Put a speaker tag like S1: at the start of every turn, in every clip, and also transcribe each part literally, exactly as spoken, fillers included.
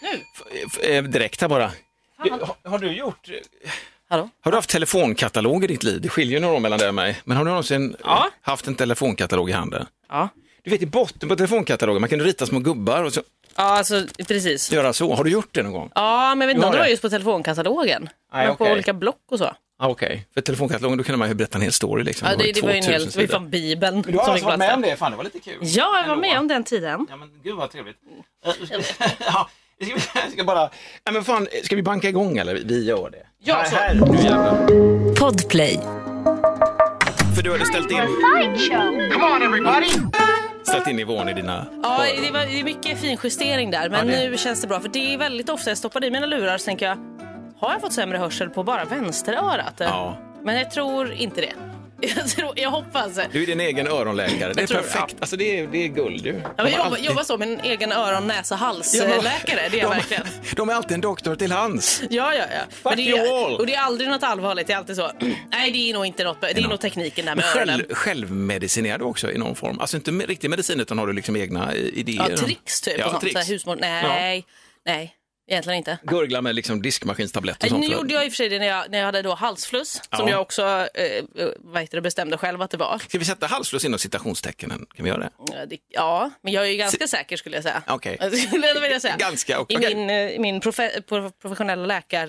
S1: Nu?
S2: F- f- direkt här bara. Har, har du gjort...
S1: Hallå?
S2: Har du haft telefonkatalog i ditt liv? Det skiljer ju några år mellan det och mig. Men har du någonsin
S1: Ja.
S2: haft en telefonkatalog i handen?
S1: Ja.
S2: Du vet, i botten på telefonkatalogen, man kan rita små gubbar och så
S1: Ja, alltså precis.
S2: göra så. Har du gjort det någon gång?
S1: Ja, men jag vet inte om
S2: Du
S1: det
S2: har
S1: var
S2: det?
S1: just på telefonkatalogen.
S2: Nej,
S1: men på
S2: okej.
S1: olika block och så.
S2: Ah, Okej, okay. För telefonkatalogen då kunde man ju berätta en hel story liksom.
S1: Ja, det, det var ju en
S2: tvåtusen
S1: hel, det var ju
S2: sidor.
S1: från Bibeln.
S2: Men du har
S1: som
S2: alltså
S1: fick
S2: varit med
S1: plats
S2: om
S1: där.
S2: det? Fan, det var lite kul.
S1: Ja, jag var
S2: Ändå.
S1: med om den tiden.
S2: Ja, men gud vad trevligt. Uh, ska, ja, ska, vi, ska bara... Ja, men fan, ska vi banka igång eller? Vi gör det.
S1: Ja,
S2: här,
S1: så.
S2: här, nu jävlar.
S3: Podplay.
S2: För du hade ställt in...
S4: Come on, everybody!
S2: Ställt in nivån i dina...
S1: Ja, det, var, det är mycket fin justering där. Men
S2: Ja, det-
S1: nu känns det bra. För det är väldigt ofta jag stoppar i mina lurar så tänker jag, har jag fått sämre hörsel på bara vänsterörat?
S2: Ja.
S1: Men jag tror inte det. Jag, tror, jag hoppas.
S2: Du är din egen öronläkare. Det är
S1: tror-
S2: perfekt.
S1: ja.
S2: Alltså det är, det är guld du.
S1: Jag
S2: De har
S1: jobbar,
S2: alltid-
S1: jobbar så med en egen öron, näsa, halsläkare. Det är jag
S2: de,
S1: verkligen.
S2: De är alltid en doktor till hands.
S1: Ja, ja, ja. Men det
S2: you all.
S1: är, och det är aldrig något allvarligt. Det är alltid så. Nej, det är nog inte något. Det är
S2: Ja.
S1: nog tekniken där
S2: Men
S1: med öronen.
S2: själv, självmedicinerar du också i någon form? Alltså inte med riktig medicin utan har du liksom egna idéer?
S1: Ja, tricks typ.
S2: Ja,
S1: och sånt.
S2: tricks.
S1: Så här, husmor. Nej, nej. Egentligen inte.
S2: Gurgla med liksom diskmaskinstabletter och
S1: Nu
S2: sånt. för-
S1: gjorde jag i och för sig det när jag, när jag hade då halsfluss. Som
S2: Ja.
S1: jag också eh, vad heter det, bestämde själv att det var.
S2: Ska vi sätta halsfluss inom citationstecknen? Kan vi göra det?
S1: Ja, det, ja, men jag är ju ganska säker skulle jag säga.
S2: Okej.
S1: Alltså, skulle jag vilja säga.
S2: Ganska,
S1: I
S2: okej.
S1: min, eh, min profe, pro- professionella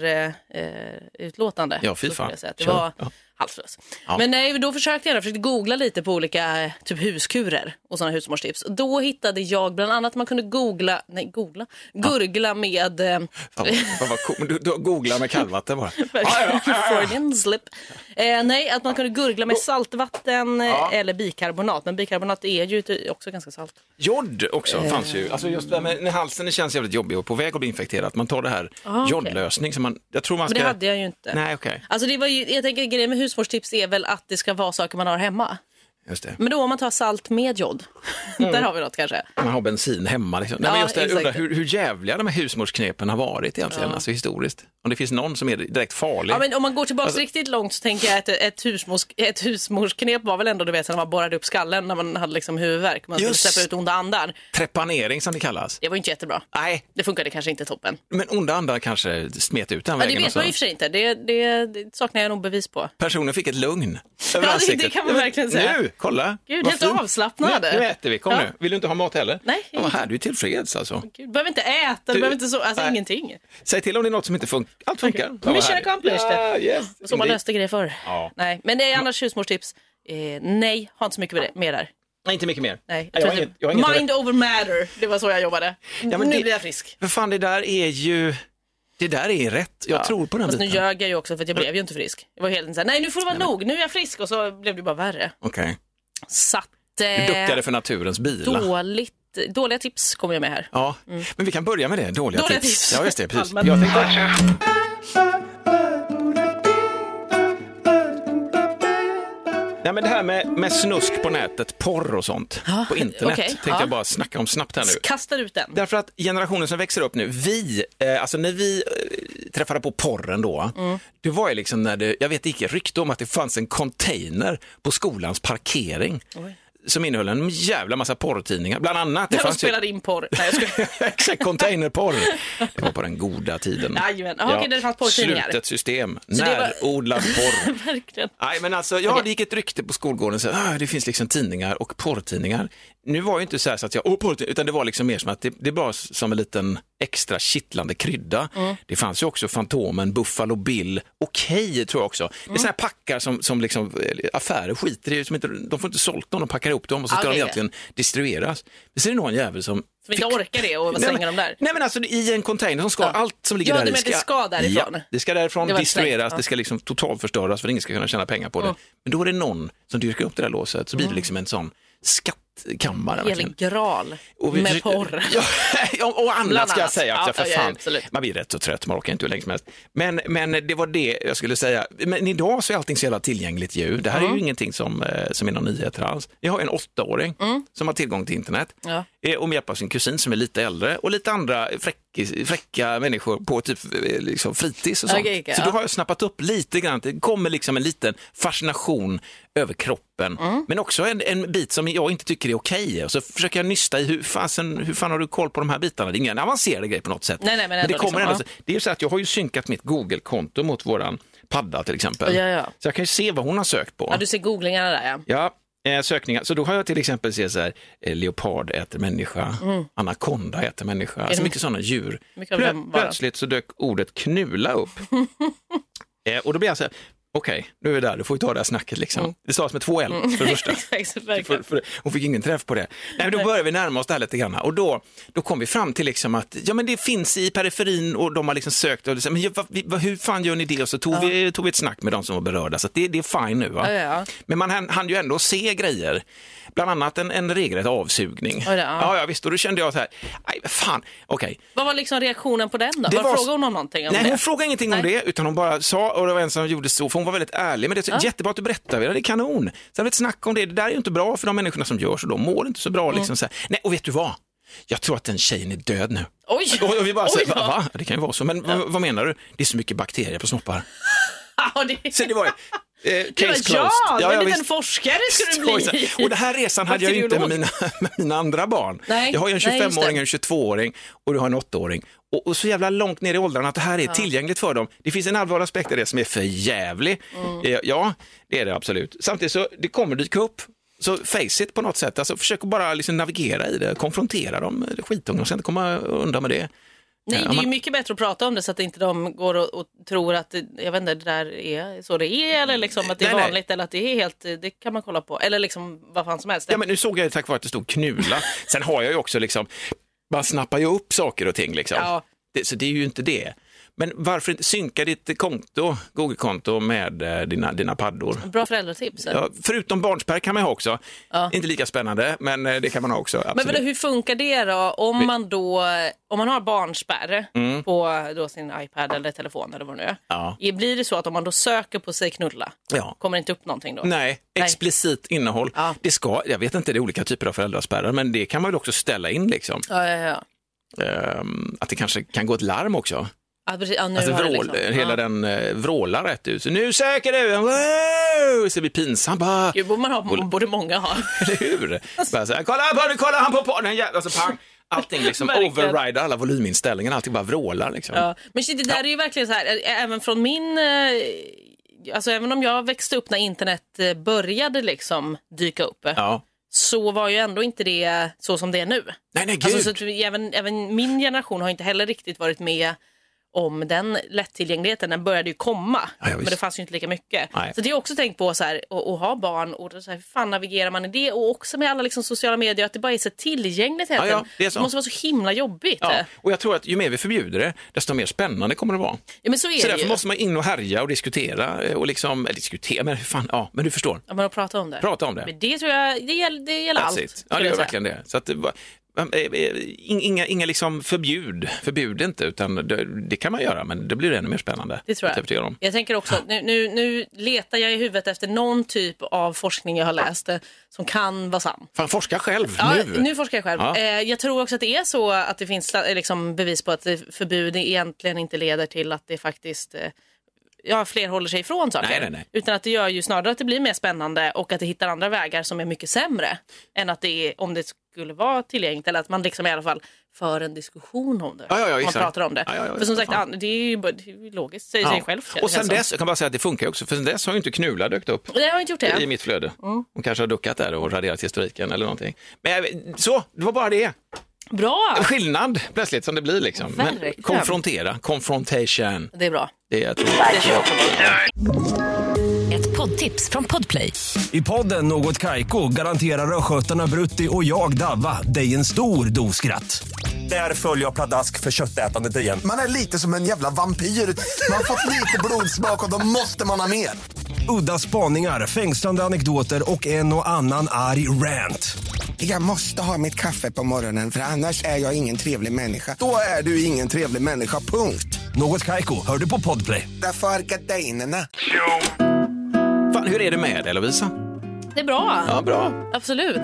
S1: läkarutlåtande.
S2: Ja, fy
S1: så skulle
S2: fan.
S1: jag säga att det
S2: Kör.
S1: var
S2: Ja.
S1: halsfluss.
S2: Ja.
S1: Men nej, då försökte jag, jag försökte googla lite på olika eh, typ huskurer och sådana husmorstips. Och då hittade jag bland annat att man kunde googla, nej googla, gurgla med eh,
S2: Fan, vad, vad cool. Men du, du googlar med kallvatten bara.
S1: Freudian slip. Eh, nej, att man kunde gurgla med saltvatten eh,
S2: Ja.
S1: eller bikarbonat. Men bikarbonat är ju ty- också ganska salt.
S2: Jod också fanns ju. Alltså just det här med när halsen det känns jävligt jobbig och på väg att bli infekterad. Att man tar det här
S1: Ah, okej.
S2: jodlösning som man, jag tror man
S1: Men
S2: ska...
S1: det hade jag ju inte.
S2: Nej, okej.
S1: Alltså det var ju, jag tänker grejen med husmorstips är väl att det ska vara saker man har hemma.
S2: Just det.
S1: Men då om man tar salt med jod, där har vi något kanske.
S2: Man har bensin hemma liksom. Nej,
S1: Ja,
S2: men just det, jag undrar
S1: exakt.
S2: hur, hur jävliga de här husmorsknepen har varit egentligen,
S1: Ja.
S2: alltså historiskt. Om det finns någon som är direkt farlig.
S1: Ja, men om man går tillbaka
S2: Alltså-
S1: riktigt långt så tänker jag att ett, husmors, ett husmorsknep var väl ändå, du vet, när man borrade upp skallen när man hade liksom huvudvärk. Man skulle
S2: Just.
S1: släppa ut onda andar.
S2: Trepanering som det kallas.
S1: Det var ju inte jättebra.
S2: Nej,
S1: Det funkade kanske inte toppen.
S2: men onda andar kanske smet ut den
S1: Ja, det
S2: vägen.
S1: vet
S2: och så.
S1: man ju i och för sig inte. Det, det, det saknar jag nog bevis på.
S2: Personen fick ett lugn.
S1: Ja,
S2: över
S1: det-
S2: ansiktet.
S1: det kan man
S2: Ja, men
S1: verkligen säga.
S2: Nu, kolla.
S1: Gud,
S2: Vad
S1: helt
S2: fint.
S1: avslappnad.
S2: Nu, nu äter vi, kom
S1: Ja.
S2: nu. Vill du inte ha mat heller?
S1: Nej,
S2: Ja, vad här, du är tillfreds alltså.
S1: Du behöver inte äta, du
S2: Du-
S1: behöver inte så, alltså
S2: Nej.
S1: ingenting.
S2: Säg till om det är något som inte funkar. Allt funkar. Ja, vad
S1: Mission
S2: härligt.
S1: accomplished.
S2: Ja, yes.
S1: Så man löste grejer förr.
S2: Ja.
S1: Nej, men det är annars husmorstips. Eh, nej, har inte så mycket med det, med där.
S2: Nej, inte mycket mer.
S1: Nej,
S2: jag
S1: jag
S2: har
S1: tror
S2: inget, jag har inget
S1: Mind over matter, det var så jag jobbade.
S2: men
S1: nu
S2: det-
S1: blir jag frisk.
S2: För fan, det där är ju... Det där är rätt. Jag
S1: Ja.
S2: tror på den
S1: Fast nu
S2: biten.
S1: ljög jag ju också för att jag blev ju inte frisk. Jag var helt enkelt såhär, nej nu får det vara nog, nu är jag frisk och så blev det bara värre.
S2: Okej.
S1: Så att,
S2: Du
S1: eh,
S2: duckade för naturens bila.
S1: dåligt, dåliga tips kommer jag med här.
S2: Ja, men vi kan börja med det. Dåliga,
S1: Dåliga
S2: tips.
S1: tips.
S2: Ja, just det. Precis.
S1: Allmänt.
S2: Jag tänkte... Nej, men det här med, med snusk på nätet, porr och sånt
S1: Ja,
S2: på internet
S1: okej,
S2: tänkte
S1: ja.
S2: jag bara snacka om snabbt här nu.
S1: Kastar ut den.
S2: Därför att generationen som växer upp nu, vi, eh, alltså när vi eh, träffade på porren då,
S1: Mm.
S2: det var ju liksom när det, jag vet inte, rykte om att det fanns en container på skolans parkering.
S1: Oj.
S2: Som innehöll en jävla massa porrtidningar, bland annat. Det
S1: Jag
S2: fanns ju
S1: spelade in porr. Nej, jag skulle...
S2: exakt, containerporr. Det var på den goda tiden.
S1: Jajamän. Aha, okej, det fanns porrtidningar.
S2: Slutet system,
S1: det var-
S2: närodlad porr.
S1: Verkligen.
S2: Nej, men alltså, ja,
S1: Okej.
S2: det gick ett rykte på skolgården så ah, det finns liksom tidningar och porrtidningar. Nu var ju inte så här så att jag, åh, porrtidningar, utan det var liksom mer som att det, det var som en liten extra kittlande krydda.
S1: Mm.
S2: Det fanns ju också Fantomen, Buffalo Bill, Okej tror jag också. Det är
S1: Mm.
S2: såna här packar som, som liksom eh, affärer skiter i, som inte, de får inte sålt dem, de packar ihop dem och så ska
S1: Okej.
S2: de egentligen distribueras. Men så är det någon jävel som
S1: Som inte orkar det och slänga
S2: nej,
S1: dem där.
S2: Nej, men alltså i en container som ska,
S1: Ja.
S2: allt som ligger
S1: Ja,
S2: där
S1: du
S2: i
S1: menar det ska därifrån?
S2: Ja, det ska därifrån
S1: Det var
S2: distribueras,
S1: slängt, ja.
S2: det ska liksom totalt förstöras för att ingen ska kunna tjäna pengar på det.
S1: Mm.
S2: Men då är det någon som dyrkar upp det där låset, så blir det liksom en sån skattkammare.
S1: Helig
S2: verkligen.
S1: graal
S2: Och vi-
S1: med porr.
S2: Ja, och annat
S1: Bland
S2: ska jag
S1: annat.
S2: säga.
S1: Ja,
S2: Att jag för
S1: ja,
S2: fan,
S1: absolut.
S2: man blir rätt så trött, man orkar inte hur länge som helst. Men, men det var det jag skulle säga. Men idag så är allting så jävla tillgängligt ju. Det här är ju ingenting som, eh, som är någon nyheter alls. Jag har en åttaåring som har tillgång till internet.
S1: Ja.
S2: eh, och med hjälp av sin kusin som är lite äldre och lite andra fräck, fräcka människor på typ liksom fritids och sånt.
S1: Okay, okay,
S2: så
S1: ja.
S2: då har jag snappat upp lite grann, det kommer liksom en liten fascination över kroppen, mm. men också en, en bit som jag inte tycker är okej. Och så försöker jag nysta i hur fan, hur fan har du koll på de här bitarna? Det är ingen avancerad grej på något sätt.
S1: Nej, nej, men
S2: men det kommer
S1: liksom,
S2: ändå, ja. Det är ju så att jag har ju synkat mitt Google-konto mot våran padda till exempel.
S1: Ja, ja.
S2: Så jag kan ju se vad hon har sökt på.
S1: Ja, du ser googlingarna där, ja.
S2: Ja. Eh, sökningar. Så då har jag till exempel sett så här, eh, leopard äter människa, mm. anakonda äter människa, alltså mycket sådana djur. Mycket Plö- plötsligt så dök ordet knulla upp. eh, och då blir jag så här, okej, okay, nu är vi där, du får ju ta det här snacket liksom. Mm. Det stavas med två L för det första. för, för, hon fick ingen träff på det. Nej, men då börjar vi närma oss det här lite grann. Och då, då kom vi fram till liksom att ja, men det finns i periferin och de har liksom sökt. Och liksom, men vad, vad, hur fan gör ni det? Och så tog, ja. vi, tog vi ett snack med de som var berörda. Så det, det är fine nu. Va?
S1: Ja, ja.
S2: Men man hann, hann ju ändå se grejer. Bland annat en, en regelrätt avsugning. Ja, ja. ja, visst. Och då kände jag så här, nej, fan, okej. Okay.
S1: Vad var liksom reaktionen på den då?
S2: Det
S1: var... Frågade hon om någonting om
S2: nej,
S1: det?
S2: hon frågade ingenting nej. om det, utan hon bara sa, och det var en som gjorde så, för hon var väldigt ärlig, men det är ja. jättebra att du berättar, det är kanon. Sen ett snack om det, det där är ju inte bra för de människorna som gör så, de mår inte så bra. Mm. Liksom, så här. Nej, och vet du vad? Jag tror att den tjejen är död nu.
S1: Oj!
S2: Och, och vi bara säger,
S1: Oj,
S2: va? va? Det kan ju vara så, men ja. vad, vad menar du? Det är så mycket bakterier på snoppar.
S1: Ja, det...
S2: Så det var Eh, case
S1: ja,
S2: closed.
S1: Ja,
S2: ja,
S1: en liten
S2: visst.
S1: forskare skulle du bli.
S2: Och det här resan hade jag ju inte med mina, med mina andra barn.
S1: Nej,
S2: jag har ju en tjugofemåring, en tjugotvååring och du har en åttaåring. Och, och så jävla långt ner i åldrarna att det här är ja. tillgängligt för dem. Det finns en allvarlig aspekt av det som är för jävlig. Mm. Ja, det är det absolut. Samtidigt så det kommer dyka upp. Så face it på något sätt. Alltså försök bara liksom navigera i det. Konfrontera dem. Skitungar och sen komma undan med det.
S1: Nej, det är ju mycket bättre att prata om det så att inte de går och, och tror att jag vet inte, det där är så det är eller liksom att det är nej, vanligt nej. eller att det är helt, det kan man kolla på eller liksom vad fan som helst.
S2: Ja, men nu såg jag tack vare att det stod knulla. Sen har jag ju också liksom, man snappar ju upp saker och ting liksom. Ja. Det, så det är ju inte det. Men varför inte synka ditt konto, Google-konto med eh, dina, dina paddor?
S1: Bra föräldratips.
S2: Ja, förutom barnspärr kan man ha också. Ja. Inte lika spännande, men eh, det kan man ha också. Absolut.
S1: Men hur funkar det då om man då om man har barnspärr mm. på då sin iPad eller telefon eller vad det nu är? Ja. Blir det så att om man då söker på sig knulla, ja. kommer det inte upp någonting då?
S2: Nej, explicit Nej. innehåll. Ja. Det ska, jag vet inte, det är olika typer av föräldraspärrar, men det kan man väl också ställa in liksom.
S1: Ja, ja, ja.
S2: Um, att det kanske kan gå ett larm också.
S1: Ja, precis. Ja, nu
S2: alltså vrål, liksom. Hela ja. den uh, vrålar rätt ut. Så nu söker du! Wow! Så det blir pinsamt. Bara...
S1: Gud, borde man ha, borde många ha.
S2: Eller hur? Bara så här, kolla på nu, kolla han på porren! Alltså pang! Allting liksom overrider alla volyminställningar, allting bara vrålar liksom.
S1: Ja. Men shit, det där ja. är ju verkligen så här, även från min... Alltså även om jag växte upp när internet började liksom dyka upp. Ja. Så var ju ändå inte det så som det är nu. Nej, nej, gud. Alltså, så att även, även min generation har inte heller riktigt varit med om den lättillgängligheten. Den började ju komma, ja, men det fanns ju inte lika mycket. Nej. Så det är också tänkt på så här, att, att ha barn och så här, hur fan navigerar man i det? Och också med alla liksom, sociala medier, att det bara är så tillgängligt. Ja, ja, det, är så. Det måste vara så himla jobbigt.
S2: Ja. Och jag tror att ju mer vi förbjuder det, desto mer spännande kommer det vara.
S1: Ja, men så är
S2: så
S1: det
S2: därför
S1: ju.
S2: måste man in och härja och diskutera och liksom, eller diskutera, men hur fan, ja, men du förstår.
S1: Ja, men att prata om det.
S2: Prata om det.
S1: Men det tror jag, det gäller, det gäller allt.
S2: It. Ja, det gör verkligen det. Så att Inga, inga liksom förbjud, förbjud inte, utan det, det kan man göra, men det blir ännu mer spännande.
S1: Det tror jag. Jag, jag tänker också, nu, nu, nu letar jag i huvudet efter någon typ av forskning jag har läst som kan vara sann.
S2: Fan, forska själv
S1: ja,
S2: nu.
S1: Nu forskar jag själv. Ja. Jag tror också att det är så att det finns liksom bevis på att förbud egentligen inte leder till att det faktiskt... Ja, fler håller sig ifrån saker.
S2: Nej, nej, nej.
S1: Utan att det gör ju snarare att det blir mer spännande och att det hittar andra vägar som är mycket sämre än att det är, om det skulle vara tillgängligt, eller att man liksom i alla fall för en diskussion om det.
S2: Ja, ja, ja,
S1: man pratar om det.
S2: Ja, ja, ja,
S1: för som sagt, fan. det är ju det är logiskt, säger sig ja. själv.
S2: Och sen dess, jag kan bara säga att det funkar också, för sen dess har ju inte Knulla dökt upp.
S1: Det har inte gjort det.
S2: I mitt flöde. Mm. Hon kanske har duckat där och raderat historiken eller någonting. Men så, det var bara det.
S1: Bra!
S2: Skillnad plötsligt som det blir liksom. Men konfrontera, confrontation.
S1: Det är bra.
S2: Det är jag tror.
S3: Ett poddtips från Podplay.
S5: I podden Något Kaiko garanterar röskötarna Brutti och jag Davva dig en stor doskratt. Där följer jag pladask för köttätandet igen.
S6: Man är lite som en jävla vampyr. Man har fått lite blodsmak och då måste man ha mer.
S5: Udda spaningar, fängslande anekdoter och en och annan arg rant.
S6: Jag måste ha mitt kaffe på morgonen för annars är jag ingen trevlig människa. Då är du ingen trevlig människa, punkt.
S5: Något Kaiko, hör du på Podplay.
S6: Därför är gardinerna.
S2: Fan, hur är det med dig, Lovisa?
S1: Det är bra.
S2: Ja, bra.
S1: Absolut. Ja.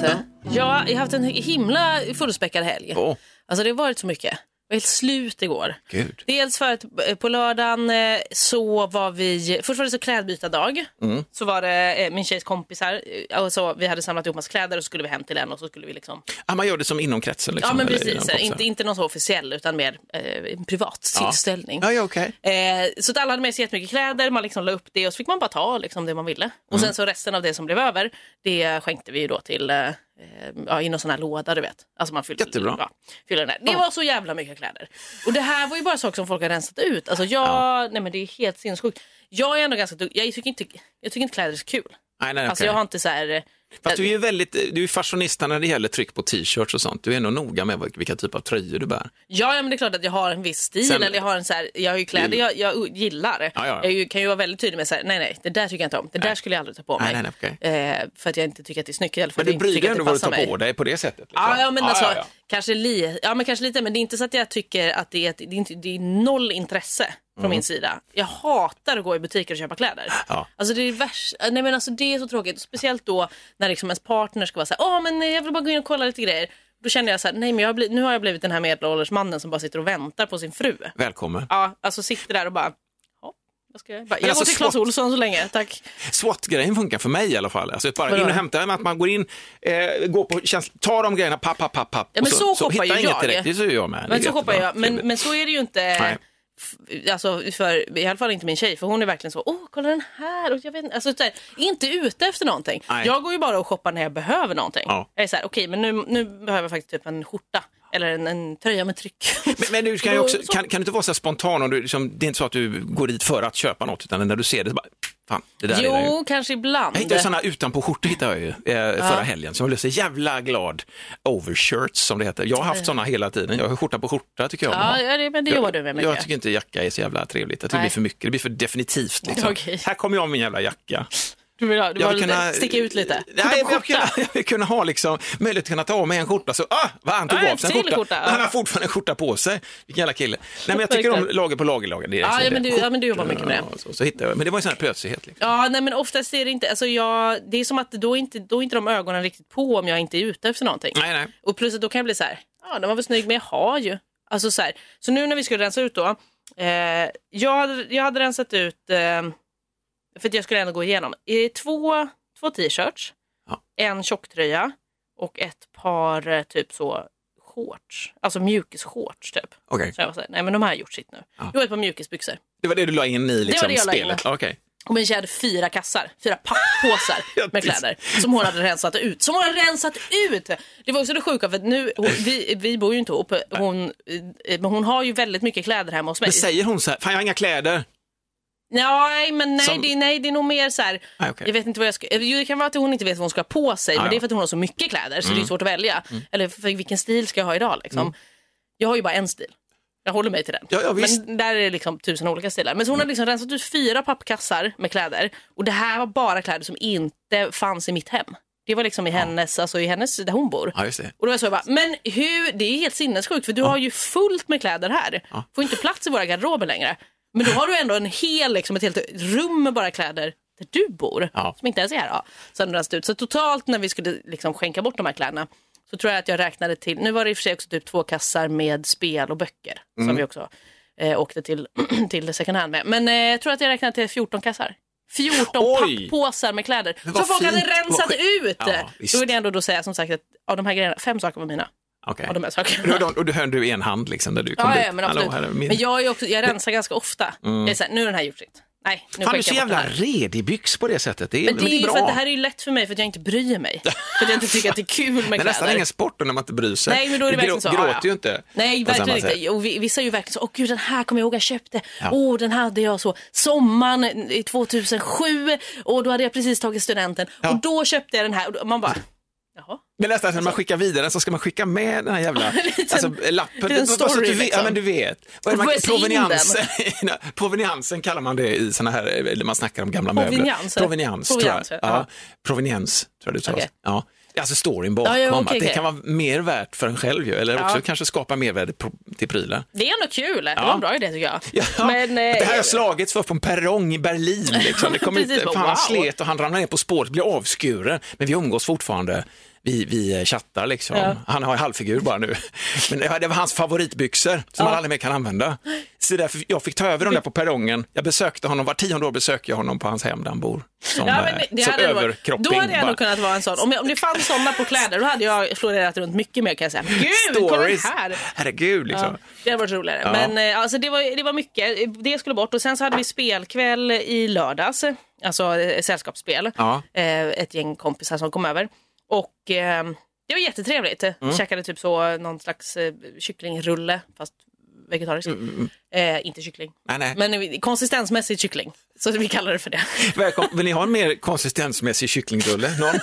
S1: Ja, jag har haft en himla fullspäckad helg.
S2: Oh.
S1: Alltså det har varit så mycket. Jag var helt slut igår.
S2: Gud.
S1: Dels för att på lördagen så var vi, först var det så klädbytardag. Mm. Så var det min tjejs kompisar. Och så vi hade samlat ihop massa kläder och skulle vi hem till en och så skulle vi liksom...
S2: Ja, man gör det som inom kretsen liksom.
S1: Ja, men precis. Inte, inte någon så officiell utan mer eh, en privat tillställning.
S2: Ja, ja, okej.
S1: Eh, så att alla hade med sig jättemycket kläder. Man liksom la upp det och så fick man bara ta liksom det man ville. Mm. Och sen så resten av det som blev över, det skänkte vi ju då till... Eh, Ja, i någon sån här låda, du vet. Alltså man fyllde,
S2: Jättebra.
S1: Ja, fyllde den där. Det var så jävla mycket kläder. Och det här var ju bara saker som folk har rensat ut. Alltså jag, ja. nej men det är helt sinnessjukt. Jag är ändå ganska duktig. Jag tycker inte, jag tycker inte kläder är så kul.
S2: Nej, nej,
S1: alltså
S2: okay.
S1: jag har inte så här...
S2: Fast du är ju väldigt, du är fashionista när det gäller tryck på t-shirts och sånt. Du är nog noga med vilka typ av tröjor du bär.
S1: Ja, ja men det är klart att jag har en viss stil. Sen, eller jag har en så här, jag har ju kläder jag, jag gillar. Ja, ja. Jag kan ju vara väldigt tydlig med så här, nej nej, det där tycker jag inte om. Det nej. där skulle jag aldrig ta på mig. Nej, nej, okay. eh, för att jag inte tycker att det är snyggt. Eller för
S2: men du bryr dig ändå vad du tar
S1: mig.
S2: på dig på det sättet. Liksom.
S1: Ja, ja, men
S2: ja,
S1: alltså,
S2: ja, ja.
S1: Kanske, li, ja, men kanske lite, men det är inte så att jag tycker att det är, det är, inte, det är noll intresse från mm. min sida. Jag hatar att gå i butiker och köpa kläder. Ja. Alltså det är värst, nej men alltså det är så tråkigt. Speciellt då när liksom ens partner ska vara så här, åh men jag vill bara gå in och kolla lite grejer. Då känner jag så här, nej men jag har blivit, nu har jag blivit den här medelålders mannen som bara sitter och väntar på sin fru.
S2: Välkommen.
S1: Ja, alltså sitter där och bara, ja, vad ska jag bara, jag alltså, går till Clas Ohlson så länge, tack.
S2: SWAT-grejen funkar för mig i alla fall. Alltså bara in och hämta, att man går in, eh, går på känsla, tar de grejerna, papp, papp, papp, papp.
S1: Ja, men så, så hoppar ju jag.
S2: Direkt. Det är så jag med.
S1: Men så hoppar jag, men, men så är det ju inte... Nej. Alltså för i alla fall inte min tjej, för hon är verkligen så, åh kolla den här och jag vet inte, alltså där, inte ute efter någonting. Nej. Jag går ju bara och shoppar när jag behöver någonting. Ja. Jag är så här, okej, men nu, nu behöver jag faktiskt typ en skjorta eller en, en tröja med tryck. Men,
S2: men du kan ju också, kan, kan du inte vara så spontan och du, liksom, det är inte så att du går dit för att köpa något, utan när du ser det så bara, fan, det där
S1: jo,
S2: är det ju.
S1: Kanske ibland.
S2: Jag hittade sådana utanpå skjortor hittade jag ju eh, förra ja. helgen som jag blev så jävla glad. Overshirts som det heter. Jag har haft sådana hela tiden. Jag har skjorta på skjorta tycker jag.
S1: Ja, ja det, men det gör du med mycket.
S2: Jag tycker inte jacka är så jävla trevligt. Jag tycker det blir för mycket. Det blir för definitivt. Liksom. Okay. Här kommer jag med min jävla jacka.
S1: Du vill, ha, du vill kunna, sticka ut lite?
S2: Nej, jag vill, kunna, jag vill kunna ha liksom, möjlighet att kunna ta av mig en skjorta. Så, ah, vad han tog av sig en skjorta. skjorta ja. Han har fortfarande en skjorta på sig. Vilken jävla kille. Nej, men jag tycker om lager på lager. lager. Det är
S1: ja, ja, men du, ja, men du jobbar mycket med det.
S2: Så, så hittar jag. Men det var en sån här plötsighet. Liksom.
S1: Ja, nej, men oftast är det inte... Alltså jag, det är som att då är inte, då är inte de ögonen riktigt på om jag inte är ute efter någonting.
S2: Nej, nej.
S1: Och plus att då kan jag bli så här, ja, den var väl snygg, men jag har ju. Alltså så här. Så nu när vi skulle rensa ut då, eh, jag, hade, jag hade rensat ut, eh, för att jag skulle ändå gå igenom, i två... Två t-shirts, ja. en tjocktröja och ett par typ så shorts, alltså mjukisshorts typ.
S2: Okay.
S1: Så jag var så här, nej men de här har gjort sitt nu. Ja. Jag har ett par mjukisbyxor.
S2: Det var det du la in i liksom,
S1: det var det
S2: spelet? Okej. Okay.
S1: Och min tjej hade fyra kassar, fyra papppåsar med kläder som hon hade rensat ut. Som hon hade rensat ut! Det var också det sjuka för att nu, hon, vi, vi bor ju inte ihop, hon, men hon har ju väldigt mycket kläder hemma hos mig.
S2: Men säger hon så här, fan jag har inga kläder?
S1: Nej, men nej, Som... det, nej, det är nog mer så här,
S2: ah, okay.
S1: jag vet inte vad jag ska, det kan vara att hon inte vet vad hon ska ha på sig, ah, men det är för att hon har så mycket kläder så mm. det är svårt att välja. Mm. Eller för vilken stil ska jag ha idag liksom. Mm. Jag har ju bara en stil. Jag håller mig till den.
S2: Ja, ja,
S1: men där är det liksom tusen olika stilar. Men så hon mm. har liksom rensat ut fyra pappkassar med kläder och det här var bara kläder som inte fanns i mitt hem. Det var liksom i hennes, ja. alltså i hennes, där hon bor.
S2: Ja, just det.
S1: Och då var jag så bara, men hur, det är helt sinnessjukt för du ja. har ju fullt med kläder här. Ja. Får inte plats i våra garderober längre. Men då har du ändå en hel, liksom ett helt rum med bara kläder där du bor. Ja. Som inte ens är här. Ja. Så, ut. Så totalt när vi skulle liksom skänka bort de här kläderna så tror jag att jag räknade till, nu var det i och för sig också typ två kassar med spel och böcker. Mm. Som vi också eh, åkte till, till second hand med. Men eh, jag tror att jag räknade till fjorton kassar. fjorton
S2: Oj.
S1: papppåsar med kläder. Så folk fint. hade rensat ut. Ja, då vill jag ändå då säga som sagt att av de här grejerna, fem saker var mina.
S2: Okay.
S1: Och de här sakerna.
S2: Och du hörde du i en hand liksom där du kom
S1: ja,
S2: dit.
S1: Ja, men absolut. Hallå, men jag, är också, jag rensar ganska ofta. Mm. Jag är så här, nu är den här gjort sitt. Nej, nu
S2: fan, du är så jävla redig byx på det sättet. Det är,
S1: men det,
S2: men det är
S1: är
S2: bra.
S1: För att det här är ju lätt för mig för att jag inte bryr mig. För att jag inte tycker att det är kul med kläder.
S2: Det är nästan ingen sport när man inte bryr sig.
S1: Nej, men då är det verkligen så.
S2: Gråter
S1: ja, ja.
S2: ju inte.
S1: Nej, verkligen inte. Och vissa är ju verkligen så, åh gud, den här kommer jag ihåg jag köpte. Åh, ja. oh, den hade jag så sommaren i tvåtusendsju och då hade jag precis tagit studenten. Ja. Och då köpte jag den här och man bara... Jaha.
S2: Men nästan när man skickar vidare så ska man skicka med den här jävla liten, alltså, lappen.
S1: En story,
S2: du vet,
S1: liksom.
S2: Ja, men du vet. Vad är det man, proveniansen, proveniansen kallar man det i såna här, man snackar om gamla möbler. Provenians,
S1: Provenians
S2: tror jag. Ja. Ja. Proveniens, tror jag du sa. Okay. Ja. Alltså storyn bakom,
S1: ja, ja, okay,
S2: att det
S1: okay.
S2: kan vara mer värt för en själv ju, eller också ja. kanske skapa mer värde till prylar.
S1: Det är ändå kul, det ja. var en bra idé tycker jag.
S2: Ja. Men, det här har slagits för på en perrong i Berlin. Liksom. Det kommer inte, fan, wow. slet och han ramlar ner på spåret, blir avskuren. Men vi umgås fortfarande. vi, vi chattar liksom. Ja. Han har en halvfigur bara nu. Men det var hans favoritbyxor som ja. han aldrig mer kan använda. Så därför jag fick ta över dem där på perrongen. Jag besökte honom, var tionde år besöker jag honom på hans hem där han bor. Som, ja, men det, som överkropping.
S1: Då hade jag nog kunnat vara en sån. Om, jag, om det fanns sådana på kläder, då hade jag florerat runt mycket mer, kan jag säga. Gud,
S2: Stories.
S1: Kolla här.
S2: Herregud, liksom.
S1: Ja, det hade varit roligare. Ja. Men alltså, det, var, det var mycket. Det skulle bort. Och sen så hade vi spelkväll i lördags. Alltså sällskapsspel. Ja. Ett gäng kompisar som kom över. Och eh, det var jättetrevligt. Mm. Käkade typ så någon slags eh, kycklingrulle, fast vegetarisk. Mm, mm. Eh, inte kyckling. Nej, nej. Men konsistensmässig kyckling. Så vi kallar det för det.
S2: Välkommen. Vill ni ha en mer konsistensmässig kycklingrulle? Någon?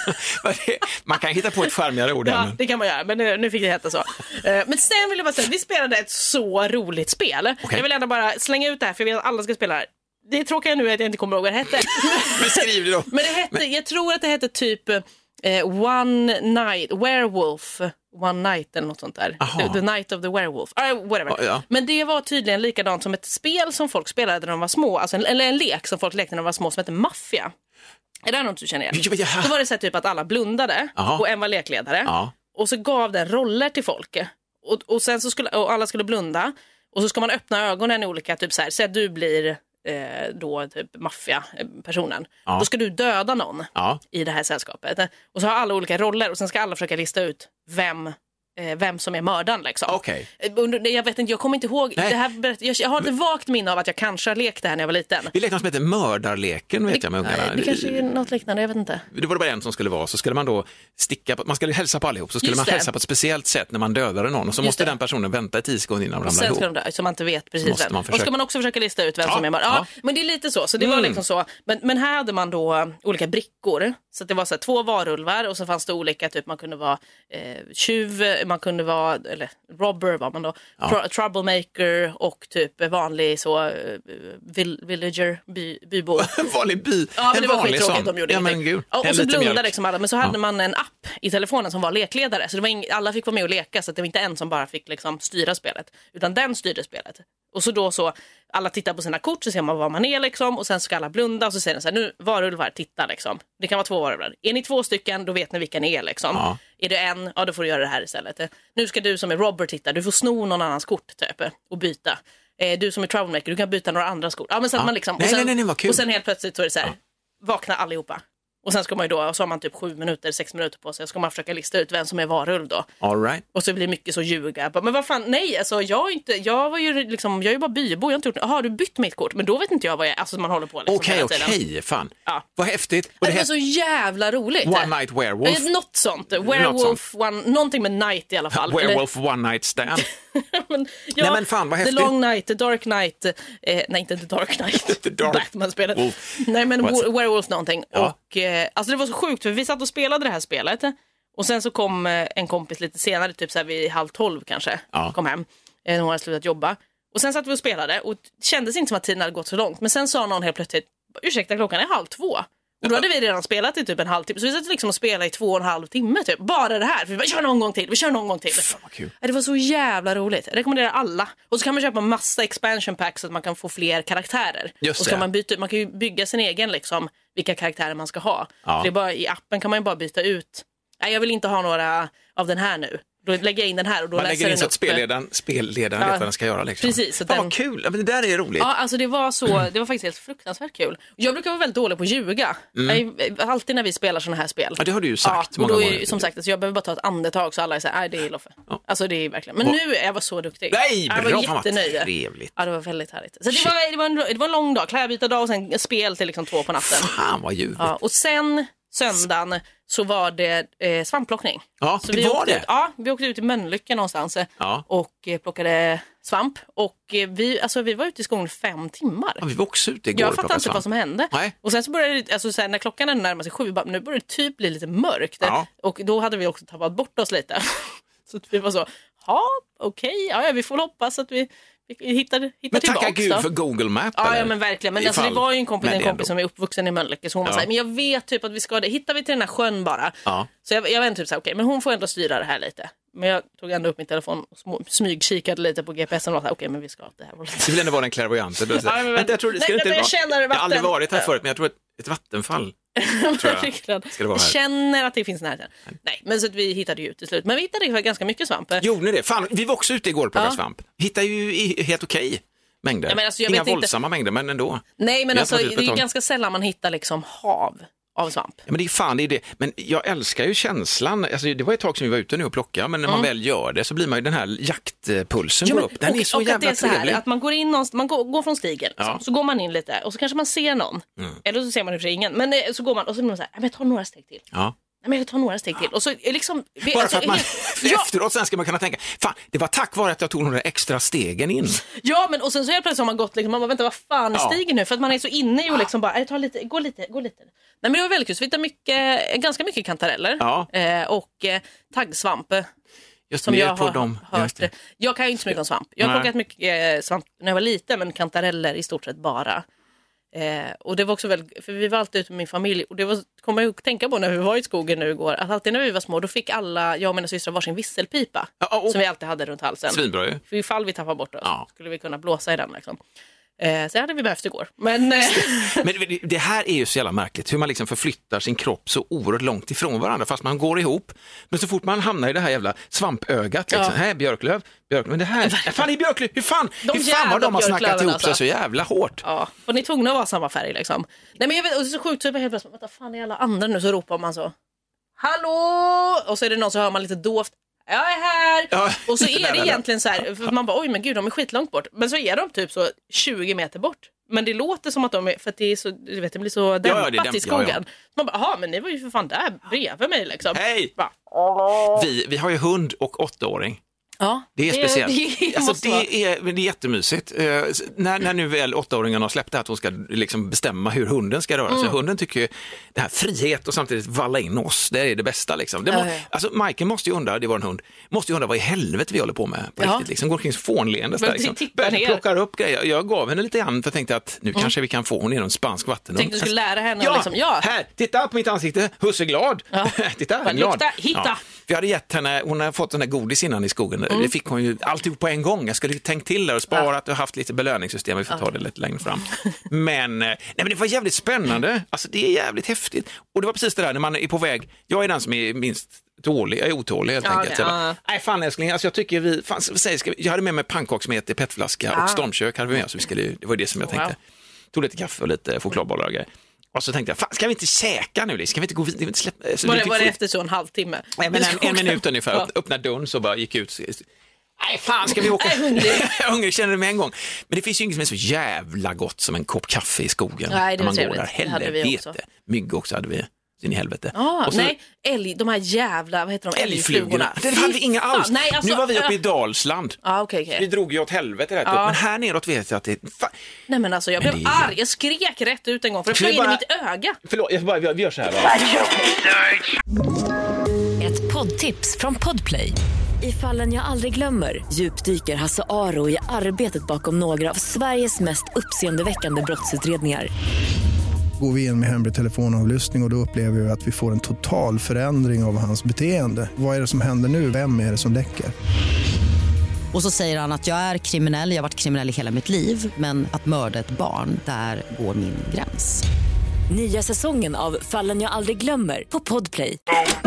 S2: Man kan hitta på ett skärmigare ord.
S1: Ja, det kan man göra. Men nu, nu fick det heta så. Men sen vill jag bara säga att vi spelade ett så roligt spel. Okay. Jag vill ändå bara slänga ut det här, för jag vill att alla ska spela här. Det är tråkigt nu att jag inte kommer ihåg vad det hette.
S2: Beskriv det då.
S1: Men det hette, Men... jag tror att det hette typ eh, One Night, Werewolf One Night eller något sånt där. The, the Night of the Werewolf. Uh, whatever. Oh, ja. Men det var tydligen likadant som ett spel som folk spelade när de var små. Alltså en, eller en lek som folk lekte när de var små som heter Mafia. Är det något du känner igen? Ja. Då var det så här typ att alla blundade. Aha. Och en var lekledare. Ja. Och så gav den roller till folk. Och, och sen så skulle och alla skulle blunda. Och så ska man öppna ögonen i olika, typ så här, så att du blir eh, då typ maffia-personen. Ja. Då ska du döda någon ja. i det här sällskapet. Och så har alla olika roller och sen ska alla försöka lista ut vem vem som är mördaren liksom.
S2: Okay.
S1: Jag vet inte, jag kommer inte ihåg det här, jag, jag har inte vagt minne av att jag kanske har lekt det här när jag var liten.
S2: Vi lekte något som heter mördarleken, vet det, jag med ungarna.
S1: Det kanske är något liknande, jag vet inte.
S2: Det var det bara en som skulle vara, så skulle man då sticka på, man skulle hälsa på allihop, så skulle Just man hälsa det. på ett speciellt sätt när man dödade någon, och så Just måste det. den personen vänta i tio sekunder innan de ramlar ihop.
S1: De så man inte vet precis vem. Och så ska man också försöka lista ut vem ja. som är mördaren. Ja, ja, men det är lite så, så det mm. var liksom så. Men, men här hade man då olika brickor, så att det var så här, två varulvar, och så fanns det olika, typ man kunde vara eh, tjuv, man kunde vara eller robber var man då, ja. Tr- troublemaker och typ vanlig så uh, vill- villager, by, bybo.
S2: vanlig by.
S1: Ja, men
S2: en
S1: det var skittråkigt de gjorde.
S2: Ja, men gud.
S1: Och, och så blundade liksom alla, men så hade ja. man en app i telefonen som var lekledare, så det var ing- alla fick vara med och leka, så att det var inte en som bara fick liksom styra spelet, utan den styrde spelet. Och så då så, alla tittar på sina kort, så ser man vad man är liksom, och sen ska alla blunda och så säger den så här, nu varulvar, titta liksom. Det kan vara två varulvar. Är ni två stycken, då vet ni vilka ni är liksom. Ja. Är det en, ja då får du göra det här istället. Nu ska du som är robber titta, du får sno någon annans kort typ och byta. Eh, du som är troublemaker, du kan byta några andra kort. Ja, men så ja. man liksom,
S2: nej,
S1: och, sen,
S2: nej, nej, vad kul.
S1: och sen helt plötsligt så är det så här, ja. vakna allihopa. Och sen ska man ju då, och så har man typ sju minuter, sex minuter på sig. Så ska man försöka lista ut vem som är varulv då.
S2: All right.
S1: Och så blir det mycket så ljuga. Men vad fan, nej, alltså jag inte, jag var ju liksom, jag är ju bara bybo. Jag har inte gjort, har du bytt mitt kort? Men då vet inte jag vad jag, alltså man håller på liksom.
S2: Okej, okay, okej, okay, fan. Ja. Vad häftigt.
S1: Och det, det var så jävla roligt.
S2: One Night Werewolf.
S1: Något sånt. Werewolf, one, någonting med night i alla fall.
S2: Ja, werewolf Eller... One Night Stand.
S1: men, ja,
S2: nej men fan, vad häftigt.
S1: The Long Night, The Dark Night. Eh, nej, inte The Dark Night.
S2: The Dark
S1: Batman-spelet. Wolf. Nej, men What's... Werewolf någonting. Ja. Och eh, alltså det var så sjukt, för vi satt och spelade det här spelet. Och sen så kom eh, en kompis lite senare, typ så här vid halv tolv kanske. Ja. Kom hem. Eh, hon hade slutat jobba. Och sen satt vi och spelade, och det kändes inte som att tiden hade gått så långt. Men sen sa någon helt plötsligt, ursäkta, klockan är halv två. Och då hade vi redan spelat i typ en halvtimme. Så vi satt liksom och spelade i två och en halv timme typ. Bara det här. För vi bara, kör någon gång till, vi kör någon gång till.
S2: Fan, vad kul.
S1: Det var så jävla roligt. Jag rekommenderar alla. Och så kan man köpa massa expansion packs så att man kan få fler karaktärer.
S2: Just
S1: och så kan man, byta, man kan ju bygga sin egen liksom, vilka karaktärer man ska ha.
S2: Ja.
S1: Det är bara, i appen kan man ju bara byta ut. Nej, jag vill inte ha några av den här nu. Då lägger jag in den här och då
S2: man
S1: läser
S2: lägger in
S1: den
S2: så
S1: upp.
S2: att spelledaren, spelledaren ja, vet vad den ska göra liksom.
S1: Precis. Så
S2: den...
S1: den...
S2: vad kul, men det där är roligt.
S1: Ja, alltså det var så, det var faktiskt helt fruktansvärt kul. Jag brukar vara väldigt dålig på att ljuga. Mm. Jag, alltid när vi spelar såna här spel.
S2: Ja, det har du ju sagt
S1: ja,
S2: många
S1: och då är,
S2: gånger.
S1: som sagt, alltså jag behöver bara ta ett andetag så alla är så här, nej det är Loffe. Ja. Alltså det är verkligen. Men
S2: och...
S1: nu är jag var så duktig.
S2: Nej, bra,
S1: jag var jättenöjd.
S2: Trevligt.
S1: Ja, det var väldigt härligt. Så det var, det var, en, det var en lång dag, klädbytardag och sen spel till liksom två på natten.
S2: Fan vad ljuvligt.
S1: Ja, och sen söndagen så var det eh, svampplockning.
S2: Ja,
S1: så
S2: det
S1: vi
S2: var
S1: åkte
S2: det.
S1: Ut, ja, vi åkte ut i Mölnlycke någonstans
S2: ja.
S1: och eh, plockade svamp. Och eh, vi, alltså, vi var ute i skogen fem timmar.
S2: Ja, vi var också ute igår.
S1: Jag fattade inte svamp. Vad som hände.
S2: Nej.
S1: Och sen så började det, alltså, så här, när klockan är närmar sig sju, bara, nu började det typ bli lite mörkt.
S2: Ja.
S1: Och då hade vi också tappat bort oss lite. Så vi var så, ja, okej, okay, ja, vi får hoppas att vi... Vi hittade, hittade
S2: men tacka
S1: tillbaka,
S2: Gud
S1: då.
S2: för Google Maps.
S1: Ja, ja men verkligen. Men alltså, det var ju en kompis, en kompis som är uppvuxen i Mölnlycke. Så hon ja. var så här, men jag vet typ att vi ska det. Hittar vi till den här sjön bara.
S2: Ja.
S1: Så jag, jag vet typ så här, okej, okay, men hon får ändå styra det här lite. Men jag tog ändå upp min telefon och smygkikade lite på G P S och okej, okay, men vi ska det här.
S2: Det vill ändå vara den clairvoyante.
S1: ja, men,
S2: men jag tror det ska
S1: nej,
S2: inte
S1: jag,
S2: vara.
S1: känner
S2: Jag har aldrig varit här förut, men jag tror att ett vattenfall. Tror jag. Ska det vara här?
S1: Känner att det finns närheten. Nej, men så att vi hittade ju till slut. Men vi hittade ganska mycket svamp.
S2: Jo, ni det. Fan, vi var också ute igår och plockade ja. svamp. Hittade ju i helt okej mängder. Ja, alltså, Inga våldsamma inte... mängder, men ändå.
S1: Nej, men alltså, det är ju ganska sällan man hittar liksom hav av svamp.
S2: Ja, men det är fan det är det. Men jag älskar ju känslan. Alltså, det var ett tag som vi var ute nu och plockade, men när man mm. väl gör det så blir man ju den här jaktpulsen
S1: jo,
S2: går upp. Den
S1: och,
S2: är så
S1: och
S2: jävla
S1: att det är så här,
S2: trevlig.
S1: att man går in någonstans, man går, går från stigen, ja. liksom, så går man in lite och så kanske man ser någon. Mm. Eller så ser man i och för sig ingen. Men så går man och så blir man så här, men jag tar några steg till.
S2: Ja.
S1: Men jag tar några steg till. Och så liksom,
S2: vi, Bara alltså, för att man, för ja. efteråt sen ska man kunna tänka, fan, det var tack vare att jag tog några extra stegen in.
S1: Ja, men och sen så är det plötsligt har man gått, liksom, man bara, vänta, vad fan är stigen nu? För att man är så inne och liksom bara, jag tar lite, gå lite, gå lite. Nej, men det var väldigt kul, så vi hittade mycket, ganska mycket kantareller
S2: ja.
S1: eh, och eh, taggsvamp.
S2: Just som jag har dem.
S1: hört. Jag kan ju inte så mycket om svamp. Jag har plockat mycket svamp när jag var liten, men kantareller i stort sett bara. Eh, och det var också väl, för vi var alltid ute med min familj och det var, kommer jag att tänka på när vi var i skogen nu igår, att alltid när vi var små då fick alla, jag och mina systrar varsin visselpipa ja, och, som vi alltid hade runt halsen.
S2: Svinbra ju.
S1: För ifall vi tappar bort oss
S2: ja.
S1: skulle vi kunna blåsa i den liksom. Eh, så hade vi behövt igår. Men, eh...
S2: Men det här är ju så jävla märkligt, hur man liksom förflyttar sin kropp så oerhört långt ifrån varandra fast man går ihop. Men så fort man hamnar i det här jävla svampögat, liksom, ja. här björklöv, björklöv, men det här, fan är björklöv, hur fan, hur fan har de har snackat ihop alltså. sig så jävla hårt?
S1: Ja, och ni är tvungna att vara samma färg liksom. Nej men jag vet, och det är så sjukt så jag helt plötsligt, vad fan är alla andra nu, så ropar man så, hallå, och så är det någon så hör man lite dovt, jag är här, ja, och så är det egentligen så här, för man bara, oj men gud, de är skitlångt bort, men så är de typ så tjugo meter bort, men det låter som att de är, för att det är så, du vet, det blir så dämpat ja, ja, dämp- i skogen, ja, ja. Man bara, jaha, men ni var ju för fan där bredvid mig liksom.
S2: Hej! Vi, vi har ju hund och åttaåring.
S1: Ja,
S2: det är
S1: det,
S2: speciellt.
S1: Det,
S2: alltså, det, är, det är jättemysigt. Uh, när, när nu väl åttaåringen har släppt det att hon ska liksom bestämma hur hunden ska röra sig. Mm. Hunden tycker ju det här frihet och samtidigt valla in oss, det är det bästa. Liksom. Det må, uh. Alltså, Michael måste ju undra, det var en hund, måste ju undra vad i helvete vi håller på med. På ja. riktigt, liksom. Går kring fånleende. Liksom. Plockar upp grejer. Jag gav henne lite grann för jag tänkte att nu mm. kanske vi kan få hon genom spansk vatten.
S1: Tänkte du skulle lära henne.
S2: Ja,
S1: liksom, ja,
S2: här, titta på mitt ansikte. Husse glad. Ja. Titta,
S1: glad. Lukta, hitta.
S2: Ja. Vi hade gett henne, hon har fått den där godis innan i skogen. Mm. Det fick hon ju alltid på en gång. Jag skulle ju tänkt till där och sparat ja. och haft lite belöningssystem. Vi får ta det lite längre fram. Men, nej, men det var jävligt spännande. Alltså det är jävligt häftigt. Och det var precis det där när man är på väg. Jag är den som är minst tålig. Jag är otålig helt ja, enkelt. Okay, bara, uh. Nej fan älskling, alltså jag tycker vi, fan, säg, ska vi jag hade med mig pannkaksmet i petflaska uh. och stormkök hade vi med. Så vi skulle, det var det som jag tänkte. Wow. Tog lite kaffe och lite chokladbollar och grejer. Och så tänkte jag, fan, ska vi inte käka nu? Ska vi inte gå vidare? Släppa,
S1: så var det, var det efter så en halvtimme?
S2: Nej, men en, en minut ungefär. Ja. Öppna dörren så bara gick ut. Nej, fan, ska vi åka?
S1: Jag är hungrig.
S2: Jag är hungrig, känner det med en gång. Men det finns ju inget som är så jävla gott som en kopp kaffe i skogen.
S1: Nej, det
S2: när man
S1: går där.
S2: Helvete. Mygg också hade vi. In i helvete.
S1: Ah, så, nej, älg, de här jävla, vad heter de? Älgflugorna.
S2: Det hade vi inga alls. Nej, alltså, nu var vi uppe i Dalsland.
S1: Ah, okay, okay.
S2: Vi drog ju åt helvete rätt ah. upp. Men här neråt vet jag att det är... Fa-
S1: nej men alltså, jag blev det... arg. Jag skrek rätt ut en gång för det flög in i mitt öga.
S2: Förlåt, jag bara, vi gör så här va?
S3: Ett poddtips från Podplay. I Fallen jag aldrig glömmer djupdyker Hasse Aro i arbetet bakom några av Sveriges mest uppseendeväckande brottsutredningar.
S7: Går vi in med hemlig telefonavlyssning och, och då upplever vi att vi får en total förändring av hans beteende. Vad är det som händer nu? Vem är det som läcker?
S8: Och så säger han att jag är kriminell, jag har varit kriminell i hela mitt liv. Men att mörda ett barn, där går min gräns.
S3: Nya säsongen av Fallen jag aldrig glömmer på Podplay.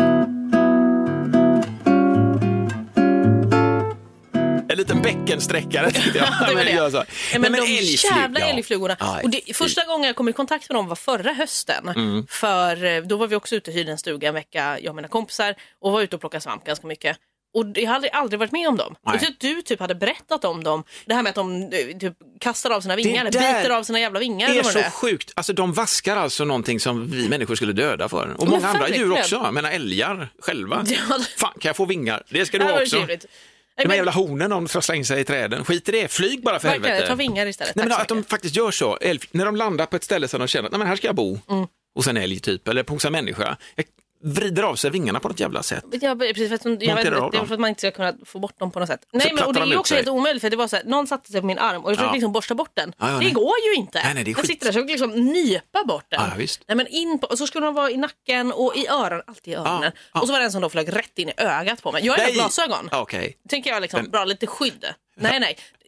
S2: En liten bäckensträckare tyckte jag.
S1: Ja, det var det.
S2: Jag
S1: ja, men, men de älgflug, jävla älgflugorna. Ja. Och det, första gången jag kom i kontakt med dem var förra hösten. Mm. För då var vi också ute och hyrde en stuga en vecka, jag och mina kompisar. Och var ute och plockade svamp ganska mycket. Och jag hade aldrig varit med om dem. Nej. Och du typ hade berättat om dem. Det här med att de typ kastar av sina vingar. Eller biter av sina jävla vingar.
S2: Det är så det. sjukt. Alltså de vaskar alltså någonting som vi människor skulle döda för. Och
S1: men
S2: många andra djur också. Jag menar älgar själva. Ja. Fan, kan jag få vingar? Det ska du det också. De här jävla honen, de får slänga in sig i träden. Skit i det, flyg bara för helvete.
S1: Verkar, ta vingar istället.
S2: Nej, men att de faktiskt gör så. Älg, när de landar på ett ställe så de känner att nej, men här ska jag bo. Mm. Hos en älg typ, eller hos en människa. Jag vrider av sig vingarna på något jävla sätt.
S1: Ja, precis, för att, jag vet, det är för att man inte ska kunna få bort dem på något sätt. Nej, men och det är ju också helt omöjligt, för det var så här, någon satte sig på min arm och jag försökte ja. liksom borsta bort den. Ja, ja, det går ju inte.
S2: Nej, nej, det är
S1: jag sitter där så liksom nypa bort den.
S2: Ja, visst.
S1: Nej, men in på, och så skulle de vara i nacken och i öronen, alltid i öronen. Ja, ja. Och så var det en som då flög rätt in i ögat på mig. Jag har glasögon.
S2: Okay.
S1: Tänker jag liksom, bra, lite skydd. Nej, nej.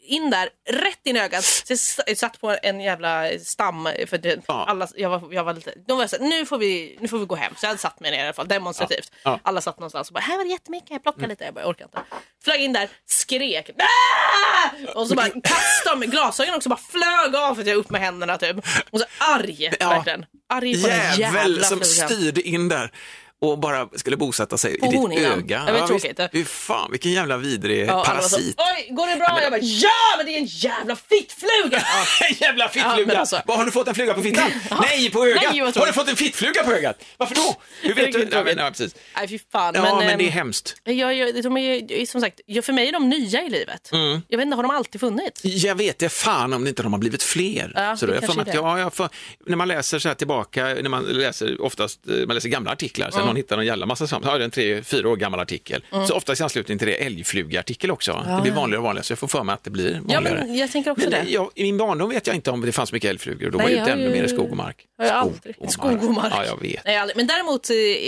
S1: in där, rätt in i ögat. Så jag satt på en jävla stam. För det, ja. alla, jag var, jag var lite, de var så här, nu får, vi, nu får vi gå hem. Så jag hade satt mig ner i alla fall, demonstrativt. Ja. Ja. Alla satt någonstans och bara, här var det jättemycket, jag plockade mm. lite. Jag bara, jag orkar inte. Flög in där, skrek. Aah! Och så bara kastade de glasögonen också, bara flög av för att jag upp med händerna typ. Och så arg, ja. verkligen. Arg på den jävla
S2: som flugan. Styrde in där. Och bara skulle bosätta sig på i ditt honingen. Öga.
S1: Jag vet ja, tråkigt.
S2: Fy fan, vilken jävla vidrig ja, parasit.
S1: Så, oj, går det bra? Ja, men... Jag bara, ja, men det är en jävla fittfluga.
S2: Ja. En jävla fittfluga. Ja, alltså... Har du fått en fluga på fittan? Ja. Nej, på ögat. Nej, har du fått en fittfluga på ögat? Varför då? Hur vet du? Ja, men, ja, precis.
S1: Nej, fy fan.
S2: Ja, men, men det är
S1: äm...
S2: hemskt.
S1: Jag, jag, de är, som sagt, jag, för mig är de nya i livet. Mm. Jag vet inte, har de alltid funnits?
S2: Jag vet det fan om det inte de har blivit fler. Ja, så då, jag får att, ja, jag får, när man läser så här tillbaka, när man läser oftast, man läser gamla artiklar, så mm. någon hittar en jävla massa så har en tre, fyra år gammal artikel. Mm. Så oftast i anslutning till det älgflugartikel också. Ja. Det blir vanligare och vanligare, så jag får för mig att det blir vanligare.
S1: Ja, men jag tänker också
S2: men,
S1: det.
S2: Jag, i min barndom vet jag inte om det fanns mycket älgflugor. Då Nej, var det ju ännu mer skog och mark.
S1: Skog och mark. Skog och mark.
S2: Ja, jag vet.
S1: Nej, men däremot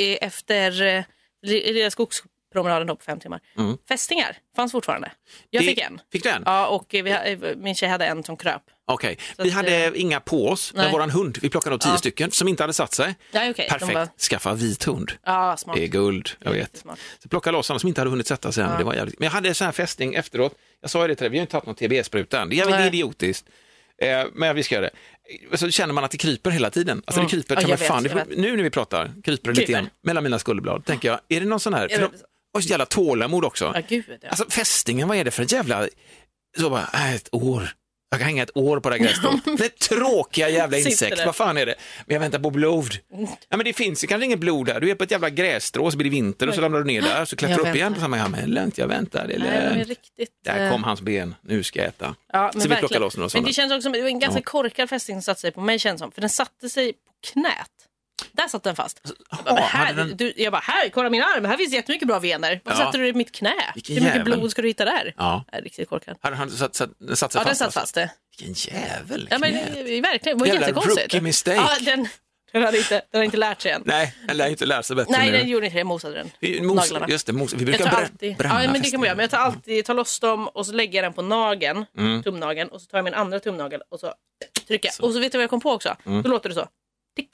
S1: efter lilla skogspromenaden då på fem timmar. Mm. Fästingar fanns fortfarande. Jag det, fick en.
S2: Fick du en?
S1: Ja, och vi, min tjej hade en som kröp.
S2: Okej, okay. Vi att, hade äh, inga på oss, men våran hund, vi plockade nog tio ja. stycken som inte hade satt sig.
S1: Ja, okay.
S2: Perfekt, bara... skaffa vit hund.
S1: Ja, smart.
S2: Det är guld, jag vet. Så plockade loss sådana som inte hade hunnit sätta sig än. Ja. Det var jävligt. Men jag hade så här fästing efteråt. Jag sa ju det till dig, vi har inte haft någon T B S-spruta än. Det är jävligt idiotiskt. Eh, men vi ska göra det. Så känner man att det kryper hela tiden. Alltså mm. det kryper, ja, vet, fan, det, nu när vi pratar, kryper det lite grann mellan mina skulderblad. Tänker jag, är det någon sån här... För de, och så jävla tålamod också.
S1: Ja, gud, ja. Alltså
S2: fästingen, vad är det för ett jävla... Så bara, äh, ett år... Jag kan hänga ett år på det här grässtrået. Det är tråkiga jävla insekt. Vad fan är det? Men jag väntar på blod. Ja, men det finns ju kanske inget blod där. Du är på ett jävla grässtrå, så blir det vinter och så ramlar du ner där. Så klättrar du upp igen. Och så ja, men lugnt, jag väntar. Det är
S1: Nej, men riktigt...
S2: Där kom hans ben. Nu ska jag äta.
S1: Ja, men
S2: så vi plockar loss några sådana.
S1: Men det känns också som det var en ganska ja. korkad fästing som satte sig på mig, känns som. För den satte sig på knät. Där satt den fast. Jag bara, här, den... du, jag bara, här, kolla min arm. Här finns jättemycket bra vener. Varför ja. satte du i mitt knä? Vilken Hur mycket jävel. blod ska du hitta där?
S2: Ja.
S1: Det är riktigt korkat.
S2: Hade han satt, satt, satt sig
S1: ja,
S2: fast? Ja,
S1: den satt fast det.
S2: Vilken jävel.
S1: Ja, men det, verkligen. Det var jättekonstigt.
S2: Rookie mistake.
S1: Ja, den, den, hade inte, den har inte lärt sig än.
S2: Nej, den lär inte lära sig bättre.
S1: Nej,
S2: nu.
S1: den gjorde inte det. Jag mosade den.
S2: Vi, mos, just det, mos, vi brukar brä,
S1: alltid,
S2: bränna
S1: ja, men det kan man göra. Men jag tar alltid tar loss dem och så lägger jag den på nageln, mm. tumnageln. Och så tar jag min andra tumnagel och så trycker jag. Och så vet du vad jag kom på också? Mm. Då låter det så. Tick.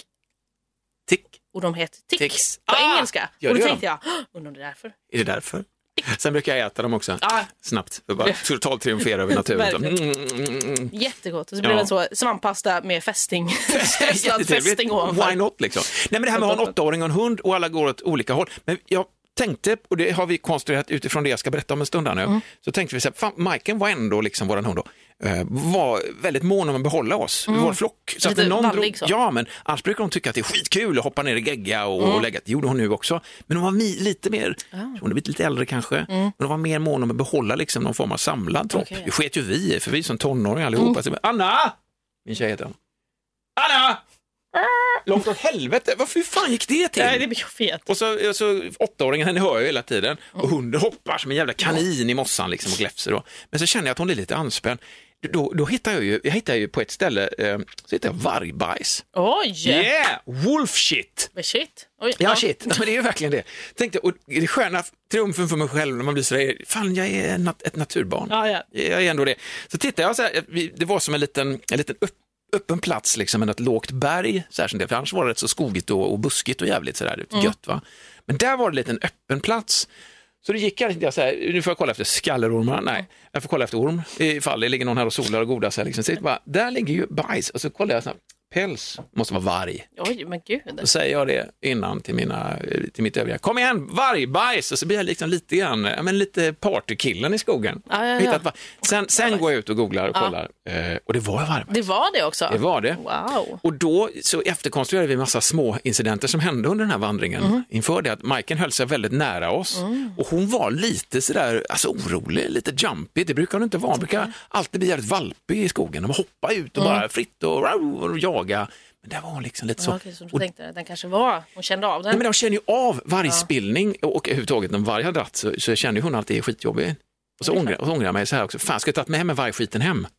S2: Tick.
S1: Och de heter Ticks, Ticks. på ah, engelska. Och då tänkte jag, undrar om det är därför.
S2: Är det därför? Sen brukar jag äta dem också. Ah. Snabbt. För bara totalt triumfera över naturen. mm, mm, mm.
S1: Jättegott. Och så blir det ja. så svamppasta med fästing. fästing ovanför.
S2: Why not liksom? Nej, men det här med att ha en åttaåring och en hund och alla går åt olika håll. Men jag tänkte, och det har vi konstruerat utifrån det jag ska berätta om en stund här nu. Mm. Så tänkte vi så här, fan, Majken var ändå liksom våran hund då. Var väldigt mån om att behålla oss, mm. vår flock. Så att någon drog, ja, men annars brukar de tycka att det är skitkul att hoppa ner i gegga och, mm. och lägga. Det gjorde hon nu också. Men hon var mi- lite mer, ah. hon är lite äldre kanske, mm. men de var mer mån om att behålla liksom någon form av samlad tropp. Okay. Det sket ju vi, för vi är som tonåringar allihopa. Mm. Anna! Min tjej heter hon. Anna! Långt åt helvete, varför fan gick det till?
S1: Nej, det blir fet.
S2: Och så, så åttaåringen, henne hör jag hela tiden. Och hunden hoppar som en jävla kanin i mossan liksom och gläfser då. Men så känner jag att hon är lite anspänd. Då, då hittar jag ju, jag hittar ju på ett ställe, eh, så hittar jag vargbajs.
S1: Oj!
S2: Yeah! Wolf shit!
S1: Shit? Oj,
S2: ja, ja, shit. Men det är ju verkligen det. Tänkte, och det är sköna triumfen för mig själv när man blir sådär, fan jag är nat- ett naturbarn.
S1: Ja, ja.
S2: Jag är ändå det. Så tittar jag så här, det var som en liten, en liten upp, öppen plats liksom, med ett lågt berg, så här som det, för annars var det rätt så skogigt och, och buskigt och jävligt sådär, mm. gött va. Men där var det en liten öppen plats. Så det gick jag inte så här, nu får jag kolla efter skallerormar. Nej, jag får kolla efter orm ifall det ligger någon här och solar och godar sig liksom. Så bara, där ligger ju bajs och så kollar jag så här, päls måste vara varg.
S1: Oj, men gud.
S2: Då säger jag det innan till mina till mitt övriga. Kom igen, vargbajs, och så blir jag liksom lite grann, ja, men lite partykillen i skogen.
S1: Ja, ja, ja.
S2: Hittat, sen sen går jag ut och googlar och kollar ja. eh, och det var vargbajs.
S1: Det var det också.
S2: Det var det.
S1: Wow.
S2: Och då så efterkonstruerade vi en massa små incidenter som hände under den här vandringen. Mm. Inför det att Majken höll sig väldigt nära oss mm. och hon var lite sådär, alltså orolig, lite jumpy. Det brukar hon inte vara. Hon brukar alltid bli jävligt valpig i skogen. De hoppar ut och mm. bara fritt och, och jaga. Men det var liksom lite så.
S1: Ja, okej, så du och, tänkte att den kanske var, hon kände av den.
S2: Nej, men de känner ju av vargspillning ja. och överhuvudtaget när varg har dratt så, så känner hon alltid är skitjobbig. Och så ångrar, och så ångrar jag mig så här också. Fan, ska jag ta med mig vargskiten hem?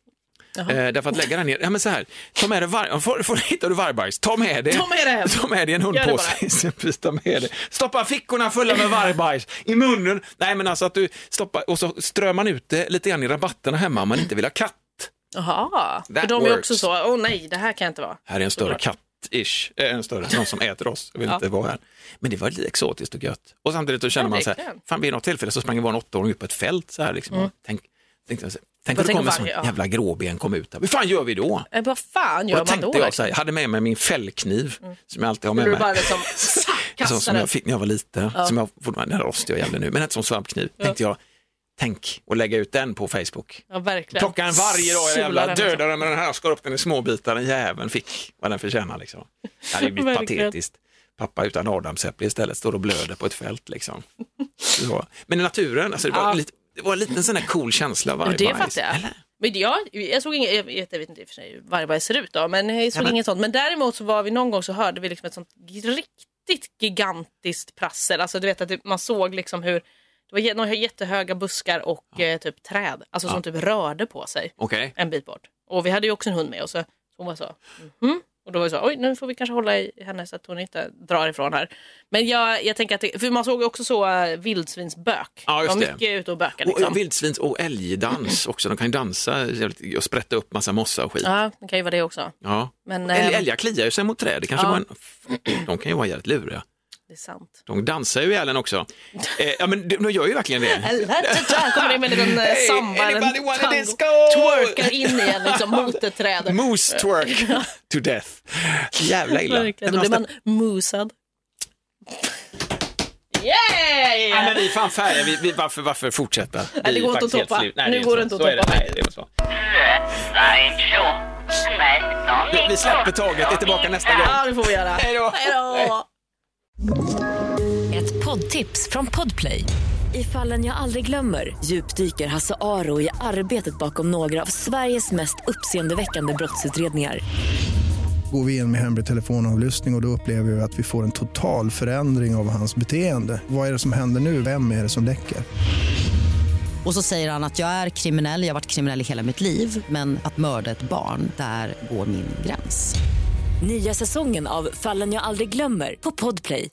S2: Eh, därför att lägga den ner, ja men så här, ta med det var, får, får, hittar du vargbajs, ta med det.
S1: Ta med det.
S2: Ta med det i en hundpåse. Ta med det. Stoppa fickorna fulla med vargbajs i munnen. Nej men alltså att du stoppar, och så strör man ut det lite grann i rabatterna hemma om man inte vill ha katt.
S1: Jaha, för de är också så, åh oh, nej, det här kan inte vara.
S2: Här är en större katt-ish, en större, någon som äter oss, jag vill ja. inte vara här. Men det var lite exotiskt och gött. Och samtidigt då känner ja, man så här, fan vid något tillfälle så sprang jag var en åttaåring ut på ett fält så här liksom. Mm. Tänk, tänk, tänk, tänk att det kommer en sån ja. jävla gråben kom ut där. Vad fan gör vi då?
S1: Eh, vad fan gör
S2: och då man då? Jag så här, hade med mig min fällkniv mm. som jag alltid har med mig.
S1: Bara liksom,
S2: så, som jag fick när jag var liten, ja. som jag fortfarande har rostig och jävla nu, men inte som svampkniv. Ja. Tänkte jag, tänk och lägga ut den på Facebook.
S1: Ja, verkligen.
S2: Plocka en varje dag, jävla döda den med den här, skar upp den i små bitar, den jäveln fick vad den förtjänar liksom. Det hade ju blivit patetiskt. Pappa utan adamsäpple istället står och blöder på ett fält liksom. Så. Men i naturen, alltså det var, ja. lite, det var en liten sån här cool känsla varje
S1: det fattar jag. Men jag, jag såg inget, jag vet, jag vet inte i och för sig varje ser ut då, men jag såg ja, men... inget sånt. Men däremot så var vi någon gång så hörde vi liksom ett sånt riktigt gigantiskt prassel. Alltså du vet att man såg liksom hur det var några jättehöga buskar och ja. eh, typ träd. Alltså ja. som typ rörde på sig
S2: okay.
S1: en bit bort. Och vi hade ju också en hund med och så hon var så, mm-hmm. Och då var det så, oj nu får vi kanske hålla i henne så att hon inte drar ifrån här. Men jag, jag tänker att, det, för man såg också så uh, vildsvinsbök.
S2: Ja, just det.
S1: Var mycket ute och böka liksom.
S2: Och vildsvins och älgdans också. De kan ju dansa och sprätta upp massa mossa och skit.
S1: Ja, det kan ju vara det också.
S2: Ja. Men, Äl, älgar kliar ju sig mot träd. Det kanske ja. var en, de kan ju vara jävligt luriga.
S1: Det är sant.
S2: De dansar ju i älgen också. Eh, ja, men de, de gör ju verkligen det.
S1: Kommer det med en liten hey, samba eller twerkar in igen liksom, mot ett träd.
S2: Moose twerk to death. Jävla illa.
S1: Verkligen. Då blir man moosad. Yay!
S2: Ja, men vi är fan färdiga. Vi, vi, varför, varför fortsätta?
S1: Nej, det går inte att toppa. Nej, nu går det inte att toppa.
S2: Nej, det är så. Vi, vi släpper taget. Vi är tillbaka nästa gång.
S1: Ja, det får vi göra.
S2: Hej då.
S1: Hej då.
S3: Ett poddtips från Podplay. I Fallen jag aldrig glömmer djupdyker Hasse Aro i arbetet bakom några av Sveriges mest uppseendeväckande brottsutredningar.
S7: Går vi in med hemlig telefonavlyssning och, och då upplever vi att vi får en total förändring av hans beteende. Vad är det som händer nu? Vem är det som läcker?
S8: Och så säger han att jag är kriminell, jag har varit kriminell i hela mitt liv. Men att mörda ett barn, där går min gräns.
S3: Nya säsongen av Fallen jag aldrig glömmer på Podplay.